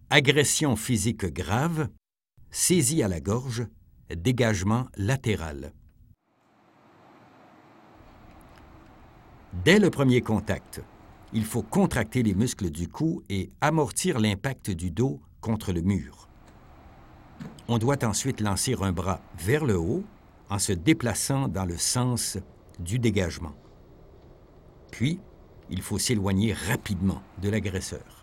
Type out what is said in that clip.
Agression physique grave, saisie à la gorge, dégagement latéral. Dès le premier contact, il faut contracter les muscles du cou et amortir l'impact du dos contre le mur. On doit ensuite lancer un bras vers le haut en se déplaçant dans le sens du dégagement. Puis, il faut s'éloigner rapidement de l'agresseur.